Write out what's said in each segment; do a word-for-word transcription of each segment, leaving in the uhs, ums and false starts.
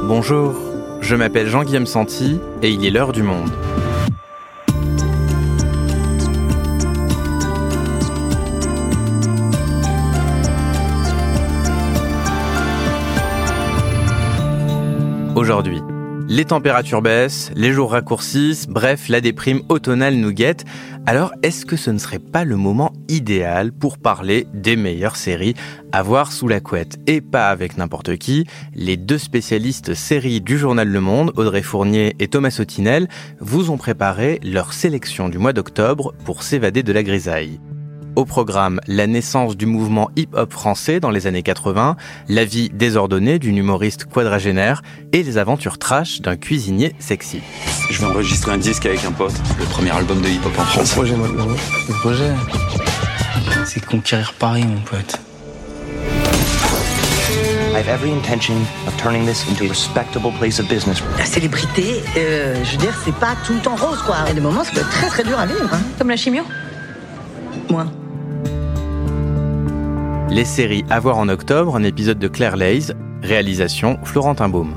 Bonjour, je m'appelle Jean-Guillaume Santi et il est l'heure du monde. Aujourd'hui, les températures baissent, les jours raccourcissent, bref, la déprime automnale nous guette. Alors, est-ce que ce ne serait pas le moment idéal pour parler des meilleures séries à voir sous la couette? Et pas avec n'importe qui. Les deux spécialistes séries du journal Le Monde, Audrey Fournier et Thomas Sautinel, vous ont préparé leur sélection du mois d'octobre pour s'évader de la grisaille. Au programme, la naissance du mouvement hip-hop français dans les années quatre-vingts, la vie désordonnée d'une humoriste quadragénaire et les aventures trash d'un cuisinier sexy. Je vais enregistrer un disque avec un pote, le premier album de hip-hop en France. Le projet maintenant. Le projet, c'est conquérir Paris, mon pote. I have every intention of turning this into a respectable place of business. La célébrité, euh, je veux dire, c'est pas tout le temps rose, quoi. Il y a des moments, ça peut être très très dur à vivre. Hein. Comme la chimio ? Moi. Les séries à voir en octobre, un épisode de Claire Lays, réalisation Florentin Baume.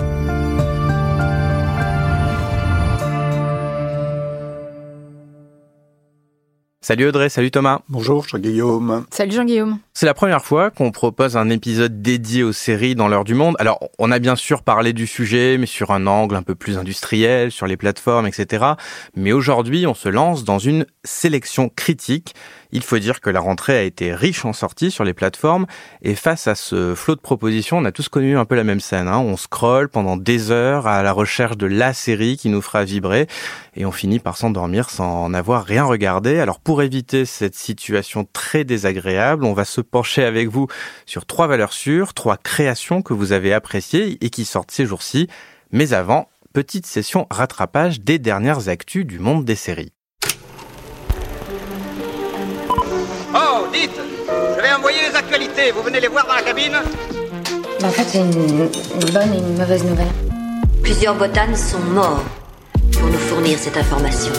Salut Audrey, salut Thomas. Bonjour Jean-Guillaume. Salut Jean-Guillaume. C'est la première fois qu'on propose un épisode dédié aux séries dans l'heure du monde. Alors, on a bien sûr parlé du sujet, mais sur un angle un peu plus industriel, sur les plateformes, et cetera. Mais aujourd'hui, on se lance dans une sélection critique. Il faut dire que la rentrée a été riche en sorties sur les plateformes. Et face à ce flot de propositions, on a tous connu un peu la même scène. Hein. On scrolle pendant des heures à la recherche de la série qui nous fera vibrer. Et on finit par s'endormir sans en avoir rien regardé. Alors, pour éviter cette situation très désagréable, on va se pencher avec vous sur trois valeurs sûres, trois créations que vous avez appréciées et qui sortent ces jours-ci. Mais avant, petite session rattrapage des dernières actus du monde des séries. Oh, dites, je vais envoyer les actualités, vous venez les voir dans la cabine ? En fait, c'est une, une bonne et une mauvaise nouvelle. Plusieurs botanes sont morts pour nous fournir cette information.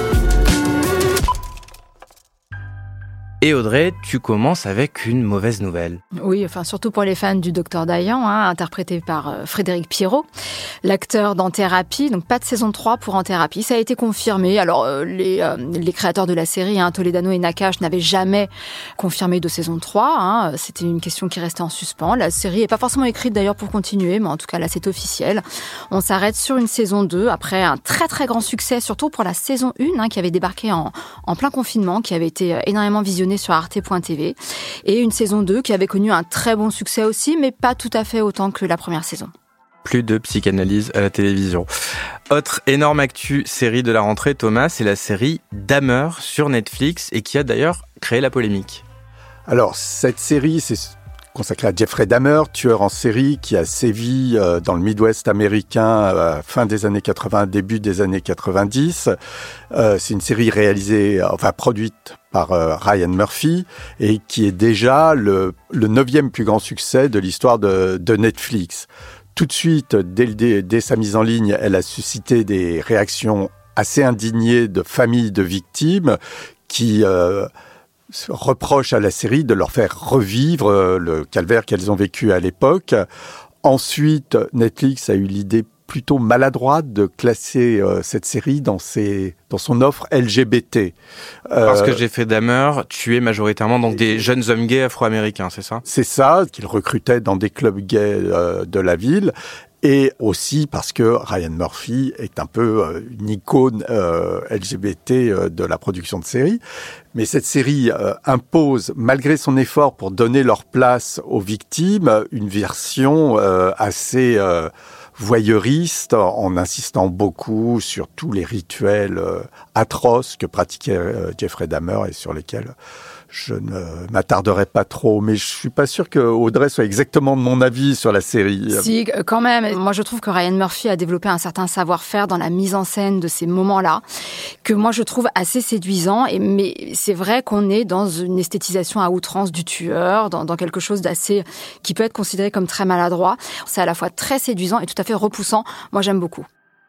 Et Audrey, tu commences avec une mauvaise nouvelle. Oui, enfin surtout pour les fans du docteur Dayan, hein, interprété par euh, Frédéric Pierrot, l'acteur d'En Thérapie. Donc pas de saison trois pour En Thérapie, ça a été confirmé. Alors euh, les, euh, les créateurs de la série, hein, Toledano et Nakache, n'avaient jamais confirmé de saison trois. Hein. C'était une question qui restait en suspens. La série n'est pas forcément écrite d'ailleurs pour continuer, mais en tout cas là c'est officiel. On s'arrête sur une saison deux après un très très grand succès, surtout pour la saison un, hein, qui avait débarqué en, en plein confinement, qui avait été énormément visionnée sur arte point t v, et une saison deux qui avait connu un très bon succès aussi, mais pas tout à fait autant que la première saison. Plus de psychanalyse à la télévision. Autre énorme actu série de la rentrée, Thomas, c'est la série Dahmer sur Netflix, et qui a d'ailleurs créé la polémique. Alors, cette série, c'est consacrée à Jeffrey Dahmer, tueur en série qui a sévi euh, dans le Midwest américain euh, fin des années quatre-vingts, début des années quatre-vingt-dix. Euh, c'est une série réalisée, enfin produite par euh, Ryan Murphy et qui est déjà le, le neuvième plus grand succès de l'histoire de, de Netflix. Tout de suite, dès, dès, dès sa mise en ligne, elle a suscité des réactions assez indignées de familles de victimes qui euh, reprochent à la série de leur faire revivre le calvaire qu'elles ont vécu à l'époque. Ensuite, Netflix a eu l'idée plutôt maladroite de classer euh, cette série dans, ses, dans son offre L G B T. Euh, Parce que Jeffrey Dahmer tuait majoritairement donc des jeunes hommes gays afro-américains, c'est ça ? C'est ça, qu'il recrutait dans des clubs gays euh, de la ville. Et aussi parce que Ryan Murphy est un peu euh, une icône euh, L G B T euh, de la production de séries. Mais cette série euh, impose, malgré son effort pour donner leur place aux victimes, une version euh, assez euh, voyeuriste, en insistant beaucoup sur tous les rituels euh, atroces que pratiquait euh, Jeffrey Dahmer et sur lesquels je ne m'attarderai pas trop, mais je suis pas sûr que Audrey soit exactement de mon avis sur la série. Si, quand même. Moi, je trouve que Ryan Murphy a développé un certain savoir-faire dans la mise en scène de ces moments-là, que moi, je trouve assez séduisant. Et, mais c'est vrai qu'on est dans une esthétisation à outrance du tueur, dans, dans quelque chose d'assez, qui peut être considéré comme très maladroit. C'est à la fois très séduisant et tout à fait repoussant. Moi, j'aime beaucoup.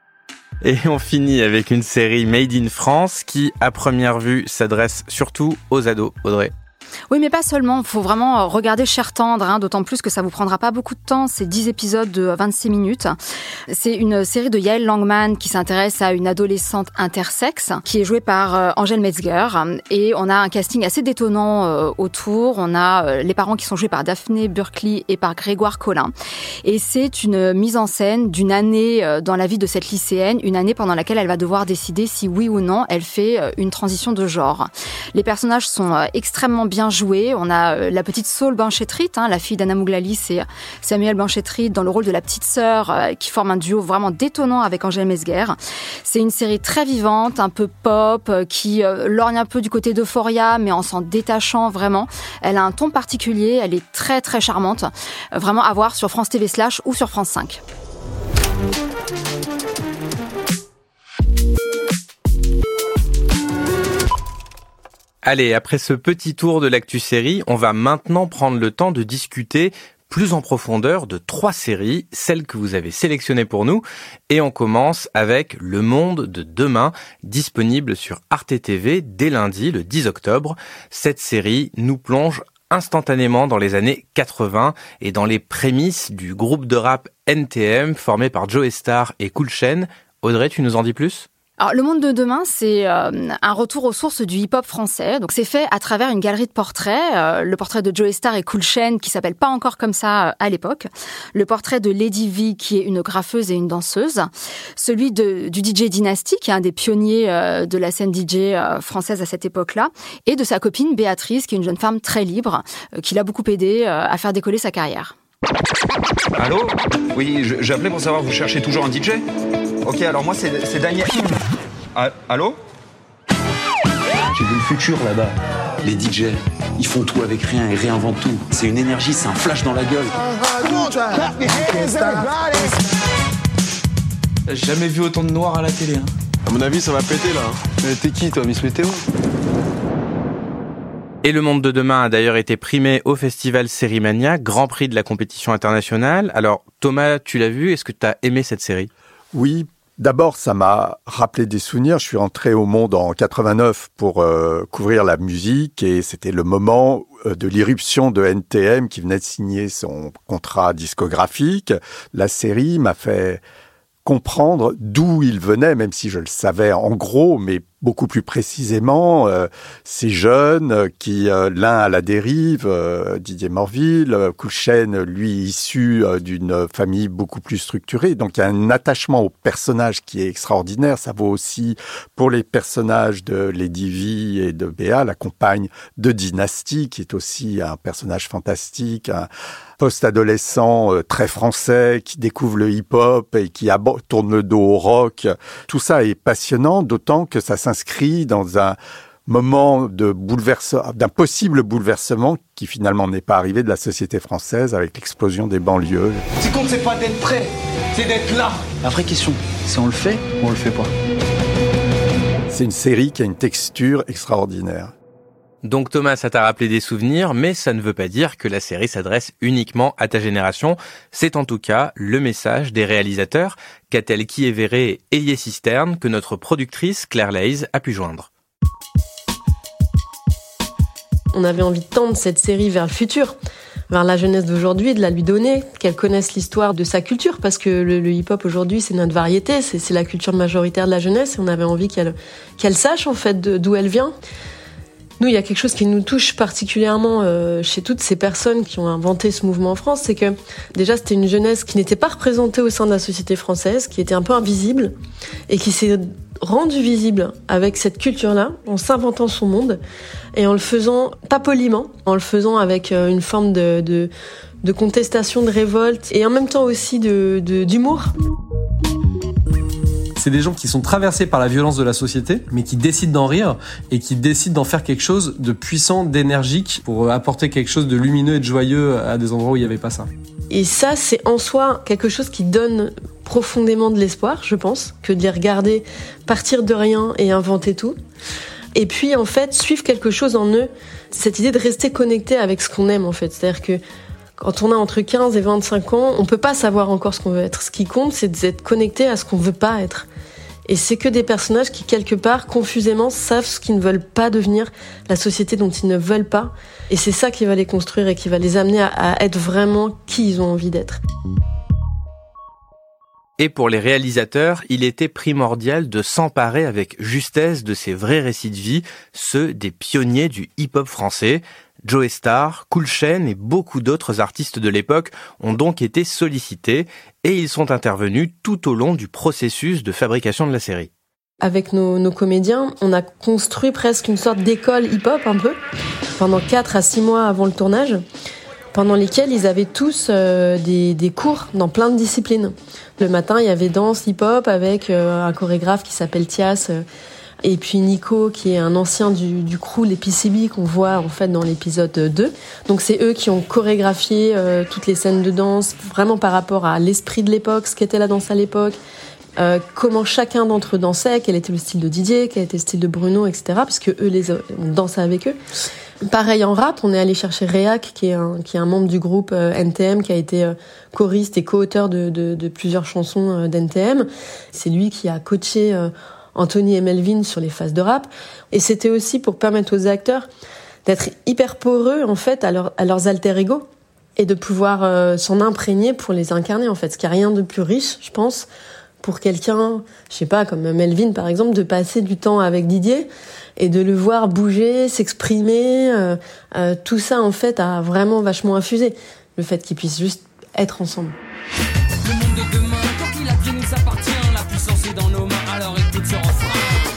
Et on finit avec une série Made in France qui, à première vue, s'adresse surtout aux ados. Audrey. Oui, mais pas seulement. Il faut vraiment regarder Cher Tendre, hein, d'autant plus que ça vous prendra pas beaucoup de temps. C'est dix épisodes de vingt-six minutes. C'est une série de Yael Langman qui s'intéresse à une adolescente intersexe qui est jouée par euh, Angèle Metzger. Et on a un casting assez détonnant euh, autour. On a euh, les parents qui sont joués par Daphné Burkley et par Grégoire Collin. Et c'est une mise en scène d'une année euh, dans la vie de cette lycéenne, une année pendant laquelle elle va devoir décider si oui ou non elle fait euh, une transition de genre. Les personnages sont euh, extrêmement bien joués. On a euh, la petite Saul Banchetrit, hein, la fille d'Anna Moughlali, c'est Samuel Banchetrit dans le rôle de la petite sœur euh, qui forme un duo vraiment détonnant avec Angèle Metzger. C'est une série très vivante, un peu pop, euh, qui euh, lorgne un peu du côté d'Euphoria, mais en s'en détachant vraiment. Elle a un ton particulier, elle est très très charmante. Euh, vraiment à voir sur France T V Slash ou sur France cinq. Allez, après ce petit tour de l'actu série, on va maintenant prendre le temps de discuter plus en profondeur de trois séries, celles que vous avez sélectionnées pour nous. Et on commence avec Le Monde de demain, disponible sur Arte T V dès lundi, le dix octobre. Cette série nous plonge instantanément dans les années quatre-vingts et dans les prémices du groupe de rap N T M formé par Joey Starr et Cool Chain. Audrey, tu nous en dis plus ? Alors, Le Monde de demain, c'est euh, un retour aux sources du hip-hop français. Donc, c'est fait à travers une galerie de portraits. Euh, le portrait de Joey Starr et Cool Chain, qui s'appelle pas encore comme ça euh, à l'époque. Le portrait de Lady V, qui est une graffeuse et une danseuse. Celui de, du D J Dynasty, qui est un des pionniers euh, de la scène D J euh, française à cette époque-là. Et de sa copine Béatrice, qui est une jeune femme très libre, euh, qui l'a beaucoup aidé euh, à faire décoller sa carrière. Allô ? Oui, je- j'ai appelé pour savoir, vous cherchez toujours un D J ? Ok, alors moi c'est, c'est Daniel. Ah, allô ? J'ai vu le futur là-bas. Les D J, ils font tout avec rien et réinventent tout. C'est une énergie, c'est un flash dans la gueule. J'ai jamais vu autant de noirs à la télé. Hein. À mon avis, ça va péter là. Mais t'es qui toi, Miss Météo ? Et Le Monde de demain a d'ailleurs été primé au festival Sérimania, grand prix de la compétition internationale. Alors Thomas, tu l'as vu, est-ce que tu as aimé cette série ? Oui, d'abord ça m'a rappelé des souvenirs. Je suis entré au Monde en quatre-vingt-neuf pour euh, couvrir la musique et c'était le moment euh, de l'irruption de N T M qui venait de signer son contrat discographique. La série m'a fait comprendre d'où il venait, même si je le savais en gros, mais beaucoup plus précisément, euh, ces jeunes euh, qui, euh, l'un à la dérive, euh, Didier Morville, euh, Cool Chain, lui, issu euh, d'une famille beaucoup plus structurée. Donc, il y a un attachement au personnage qui est extraordinaire. Ça vaut aussi pour les personnages de Lady V et de Béa, la compagne de Dynasty, qui est aussi un personnage fantastique, un post-adolescent euh, très français qui découvre le hip-hop et qui abo- tourne le dos au rock. Tout ça est passionnant, d'autant que ça s'inscrit dans un moment de bouleversement, d'un possible bouleversement qui finalement n'est pas arrivé de la société française avec l'explosion des banlieues. Ce qui compte, c'est pas d'être prêt, c'est d'être là. La vraie question, c'est on le fait ou on le fait pas ? C'est une série qui a une texture extraordinaire. Donc Thomas, ça t'a rappelé des souvenirs, mais ça ne veut pas dire que la série s'adresse uniquement à ta génération. C'est en tout cas le message des réalisateurs, Catel Kievere et Elie Cisterne, que notre productrice Claire Laïs a pu joindre. On avait envie de tendre cette série vers le futur, vers la jeunesse d'aujourd'hui, de la lui donner, qu'elle connaisse l'histoire de sa culture, parce que le, le hip-hop aujourd'hui, c'est notre variété, c'est, c'est la culture majoritaire de la jeunesse, et on avait envie qu'elle, qu'elle sache en fait de, d'où elle vient. Nous, il y a quelque chose qui nous touche particulièrement euh, chez toutes ces personnes qui ont inventé ce mouvement en France, c'est que déjà c'était une jeunesse qui n'était pas représentée au sein de la société française, qui était un peu invisible et qui s'est rendue visible avec cette culture-là, en s'inventant son monde et en le faisant pas poliment, en le faisant avec euh, une forme de, de, de contestation, de révolte et en même temps aussi de, de, d'humour. C'est des gens qui sont traversés par la violence de la société, mais qui décident d'en rire et qui décident d'en faire quelque chose de puissant, d'énergique, pour apporter quelque chose de lumineux et de joyeux à des endroits où il n'y avait pas ça. Et ça, c'est en soi quelque chose qui donne profondément de l'espoir, je pense, que de les regarder partir de rien et inventer tout. Et puis, en fait, suivre quelque chose en eux, cette idée de rester connecté avec ce qu'on aime, en fait. C'est-à-dire que quand on a entre quinze et vingt-cinq ans, on peut pas savoir encore ce qu'on veut être. Ce qui compte, c'est d'être connecté à ce qu'on veut pas être. Et c'est que des personnages qui, quelque part, confusément, savent ce qu'ils ne veulent pas devenir, la société dont ils ne veulent pas. Et c'est ça qui va les construire et qui va les amener à, à être vraiment qui ils ont envie d'être. Et pour les réalisateurs, il était primordial de s'emparer avec justesse de ces vrais récits de vie, ceux des pionniers du hip-hop français. Joe Starr, Cool Chain et beaucoup d'autres artistes de l'époque ont donc été sollicités et ils sont intervenus tout au long du processus de fabrication de la série. Avec nos, nos comédiens, on a construit presque une sorte d'école hip-hop un peu, pendant quatre à six mois avant le tournage, pendant lesquels ils avaient tous euh, des, des cours dans plein de disciplines. Le matin, il y avait danse hip-hop avec euh, un chorégraphe qui s'appelle Thias, euh, et puis Nico, qui est un ancien du, du crew, les P C B, qu'on voit en fait dans l'épisode deux. Donc c'est eux qui ont chorégraphié euh, toutes les scènes de danse, vraiment par rapport à l'esprit de l'époque, ce qu'était la danse à l'époque, euh, comment chacun d'entre eux dansait, quel était le style de Didier, quel était le style de Bruno, et cetera. Parce que eux, les, on dansait avec eux. Pareil en rap, on est allé chercher Réac, qui est un, qui est un membre du groupe euh, N T M, qui a été euh, choriste et co-auteur de, de, de plusieurs chansons euh, d'N T M. C'est lui qui a coaché euh, Anthony et Melvin sur les phases de rap. Et c'était aussi pour permettre aux acteurs d'être hyper poreux, en fait, à, leur, à leurs alter ego et de pouvoir euh, s'en imprégner pour les incarner, en fait. Ce qui a rien de plus riche, je pense, pour quelqu'un, je sais pas, comme Melvin, par exemple, de passer du temps avec Didier et de le voir bouger, s'exprimer. Euh, euh, tout ça, en fait, a vraiment vachement infusé le fait qu'ils puissent juste être ensemble. Le monde de demain, quand il a dit nous appartient, la puissance est dans nos mains, alors écoute ce refrain.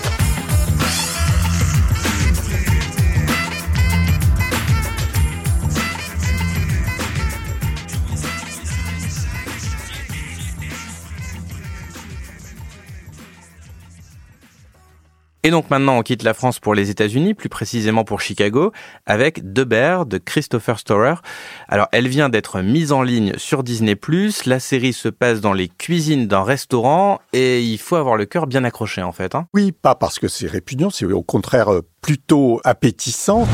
Et donc maintenant, on quitte la France pour les États-Unis, plus précisément pour Chicago, avec The Bear de Christopher Storer. Alors, elle vient d'être mise en ligne sur Disney plus. La série se passe dans les cuisines d'un restaurant et il faut avoir le cœur bien accroché, en fait. Hein. Oui, pas parce que c'est répugnant, c'est au contraire plutôt appétissant.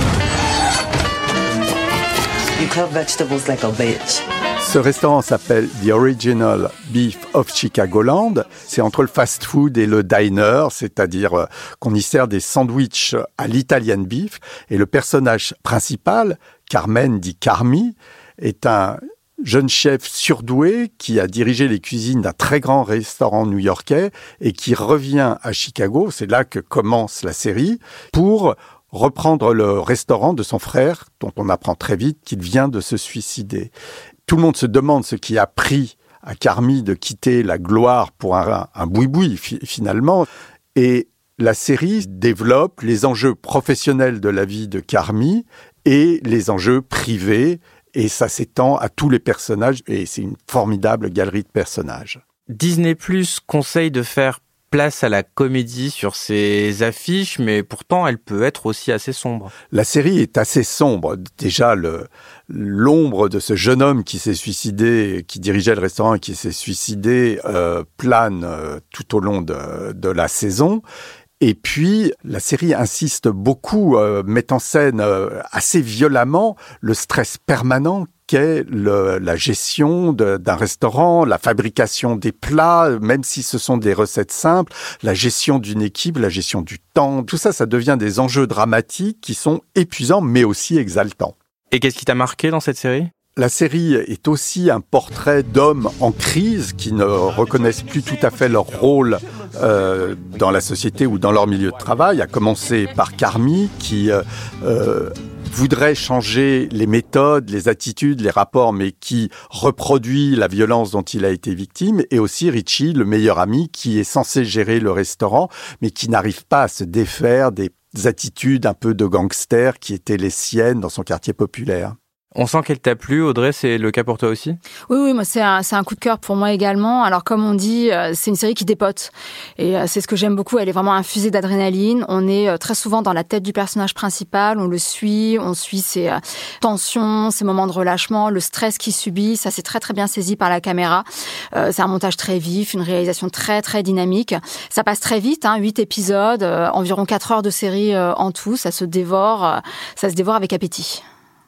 You cut vegetables like a bitch. Ce restaurant s'appelle The Original Beef of Chicagoland. C'est entre le fast-food et le diner, c'est-à-dire qu'on y sert des sandwichs à l'Italian beef. Et le personnage principal, Carmen dit Carmi, est un jeune chef surdoué qui a dirigé les cuisines d'un très grand restaurant new-yorkais et qui revient à Chicago, c'est là que commence la série, pour reprendre le restaurant de son frère, dont on apprend très vite qu'il vient de se suicider. Tout le monde se demande ce qui a pris à Carmi de quitter la gloire pour un, un boui-boui, fi- finalement. Et la série développe les enjeux professionnels de la vie de Carmi et les enjeux privés. Et ça s'étend à tous les personnages. Et c'est une formidable galerie de personnages. Disney plus conseille de faire place à la comédie sur ses affiches, mais pourtant elle peut être aussi assez sombre. La série est assez sombre. Déjà, le, l'ombre de ce jeune homme qui s'est suicidé, qui dirigeait le restaurant et qui s'est suicidé, euh, plane euh, tout au long de, de la saison. Et puis, la série insiste beaucoup, euh, met en scène euh, assez violemment le stress permanent qu'est le, la gestion de, d'un restaurant, la fabrication des plats, même si ce sont des recettes simples, la gestion d'une équipe, la gestion du temps. Tout ça, ça devient des enjeux dramatiques qui sont épuisants, mais aussi exaltants. Et qu'est-ce qui t'a marqué dans cette série ? La série est aussi un portrait d'hommes en crise qui ne reconnaissent plus tout à fait leur rôle euh, dans la société ou dans leur milieu de travail, à commencer par Carmi qui euh, euh, voudrait changer les méthodes, les attitudes, les rapports, mais qui reproduit la violence dont il a été victime, et aussi Richie, le meilleur ami, qui est censé gérer le restaurant, mais qui n'arrive pas à se défaire des attitudes un peu de gangster qui étaient les siennes dans son quartier populaire. On sent qu'elle t'a plu, Audrey, c'est le cas pour toi aussi ? Oui, oui, moi c'est un, c'est un coup de cœur pour moi également. Alors comme on dit, c'est une série qui dépote. Et c'est ce que j'aime beaucoup, elle est vraiment infusée d'adrénaline. On est très souvent dans la tête du personnage principal, on le suit, on suit ses tensions, ses moments de relâchement, le stress qu'il subit. Ça c'est très très bien saisi par la caméra. Euh, c'est un montage très vif, une réalisation très très dynamique. Ça passe très vite, hein, huit épisodes, euh, environ quatre heures de série euh, en tout. Ça se dévore, euh, ça se dévore avec appétit.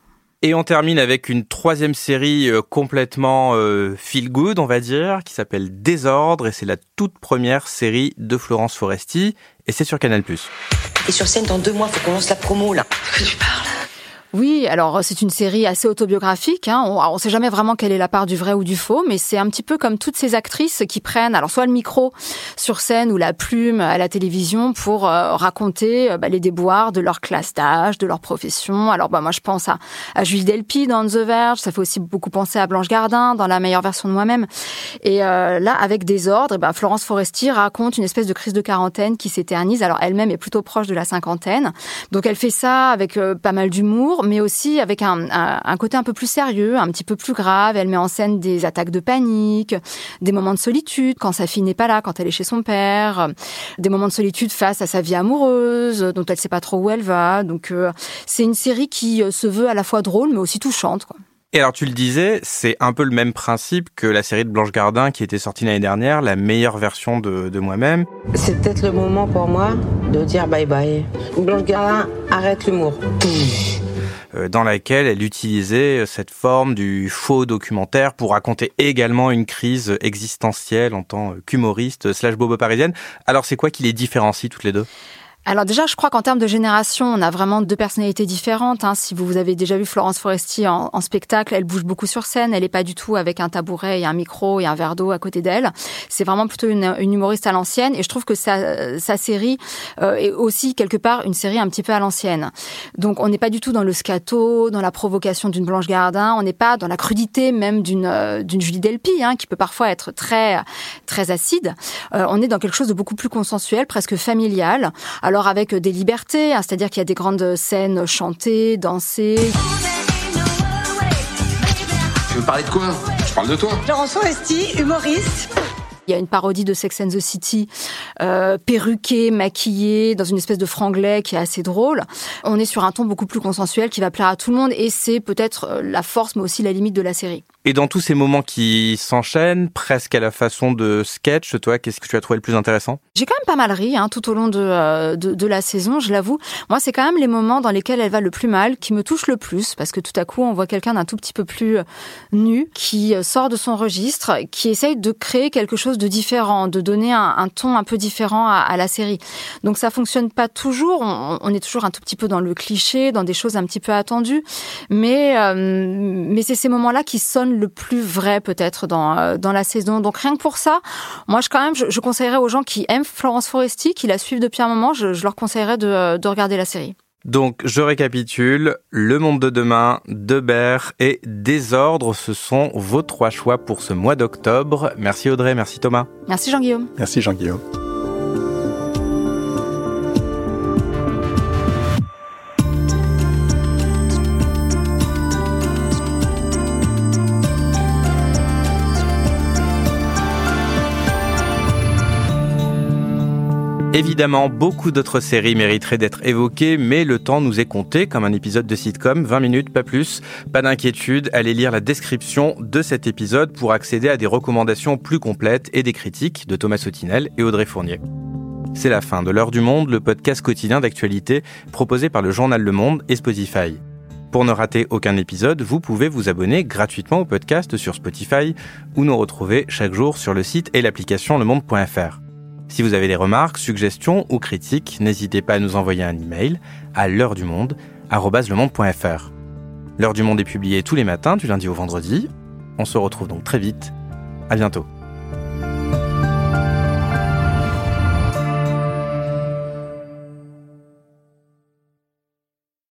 Et on termine avec une troisième série euh, complètement euh, feel good, on va dire, qui s'appelle Désordre, et c'est la toute première série de Florence Foresti, et c'est sur Canal plus. Et sur scène, dans deux mois, faut qu'on lance la promo, là. De quoi tu parles ? Oui, alors c'est une série assez autobiographique. Hein. On ne sait jamais vraiment quelle est la part du vrai ou du faux, mais c'est un petit peu comme toutes ces actrices qui prennent alors soit le micro sur scène ou la plume à la télévision pour euh, raconter euh, bah, les déboires de leur classe d'âge, de leur profession. Alors bah, moi je pense à, à Julie Delpy dans The Verge, ça fait aussi beaucoup penser à Blanche Gardin dans La meilleure version de moi-même. Et euh, là, avec Désordre, bah, Florence Foresti raconte une espèce de crise de quarantaine qui s'éternise. Alors elle-même est plutôt proche de la cinquantaine, donc elle fait ça avec euh, pas mal d'humour, mais aussi avec un, un, un côté un peu plus sérieux, un petit peu plus grave. Elle met en scène des attaques de panique, des moments de solitude quand sa fille n'est pas là, quand elle est chez son père, des moments de solitude face à sa vie amoureuse, dont elle ne sait pas trop où elle va. Donc euh, c'est une série qui euh, se veut à la fois drôle, mais aussi touchante, quoi. Et alors tu le disais, c'est un peu le même principe que la série de Blanche Gardin qui était sortie l'année dernière, la meilleure version de, de moi-même. C'est peut-être le moment pour moi de dire bye bye. Blanche Gardin, arrête l'humour. Dans laquelle elle utilisait cette forme du faux documentaire pour raconter également une crise existentielle en tant qu'humoriste slash bobo parisienne. Alors c'est quoi qui les différencie toutes les deux ? Alors déjà, je crois qu'en termes de génération, on a vraiment deux personnalités différentes. Hein. Si vous avez déjà vu Florence Foresti en, en spectacle, elle bouge beaucoup sur scène. Elle n'est pas du tout avec un tabouret et un micro et un verre d'eau à côté d'elle. C'est vraiment plutôt une, une humoriste à l'ancienne. Et je trouve que sa, sa série euh, est aussi quelque part une série un petit peu à l'ancienne. Donc on n'est pas du tout dans le scato, dans la provocation d'une Blanche Gardin. On n'est pas dans la crudité même d'une, euh, d'une Julie Delpy, hein, qui peut parfois être très, très acide. Euh, on est dans quelque chose de beaucoup plus consensuel, presque familial. Alors, Alors avec des libertés, hein, c'est-à-dire qu'il y a des grandes scènes chantées, dansées. Tu veux parler de quoi ? Je parle de toi. Florence Foresti, humoriste. Il y a une parodie de Sex and the City, euh, perruquée, maquillée, dans une espèce de franglais qui est assez drôle. On est sur un ton beaucoup plus consensuel qui va plaire à tout le monde et c'est peut-être la force mais aussi la limite de la série. Et dans tous ces moments qui s'enchaînent, presque à la façon de sketch, toi, qu'est-ce que tu as trouvé le plus intéressant ? J'ai quand même pas mal ri hein, tout au long de, euh, de, de la saison, je l'avoue. Moi, c'est quand même les moments dans lesquels elle va le plus mal, qui me touchent le plus, parce que tout à coup, on voit quelqu'un d'un tout petit peu plus nu, qui sort de son registre, qui essaye de créer quelque chose de différent, de donner un, un ton un peu différent à, à la série. Donc ça fonctionne pas toujours, on, on est toujours un tout petit peu dans le cliché, dans des choses un petit peu attendues, mais, euh, mais c'est ces moments-là qui sonnent le plus vrai peut-être dans dans la saison. Donc rien que pour ça, moi je quand même je, je conseillerais aux gens qui aiment Florence Foresti, qui la suivent depuis un moment, je, je leur conseillerais de de regarder la série. Donc, je récapitule, Le Monde de demain, Debert et Désordre, ce sont vos trois choix pour ce mois d'octobre. Merci Audrey, merci Thomas. Merci Jean-Guillaume. Merci Jean-Guillaume. Évidemment, beaucoup d'autres séries mériteraient d'être évoquées, mais le temps nous est compté, comme un épisode de sitcom, vingt minutes, pas plus. Pas d'inquiétude, allez lire la description de cet épisode pour accéder à des recommandations plus complètes et des critiques de Thomas Sautinel et Audrey Fournier. C'est la fin de L'Heure du Monde, le podcast quotidien d'actualité proposé par le journal Le Monde et Spotify. Pour ne rater aucun épisode, vous pouvez vous abonner gratuitement au podcast sur Spotify ou nous retrouver chaque jour sur le site et l'application lemonde point f r. Si vous avez des remarques, suggestions ou critiques, n'hésitez pas à nous envoyer un email à l'heure du monde arobase lemonde point f r. L'Heure du Monde est publiée tous les matins du lundi au vendredi. On se retrouve donc très vite. À bientôt.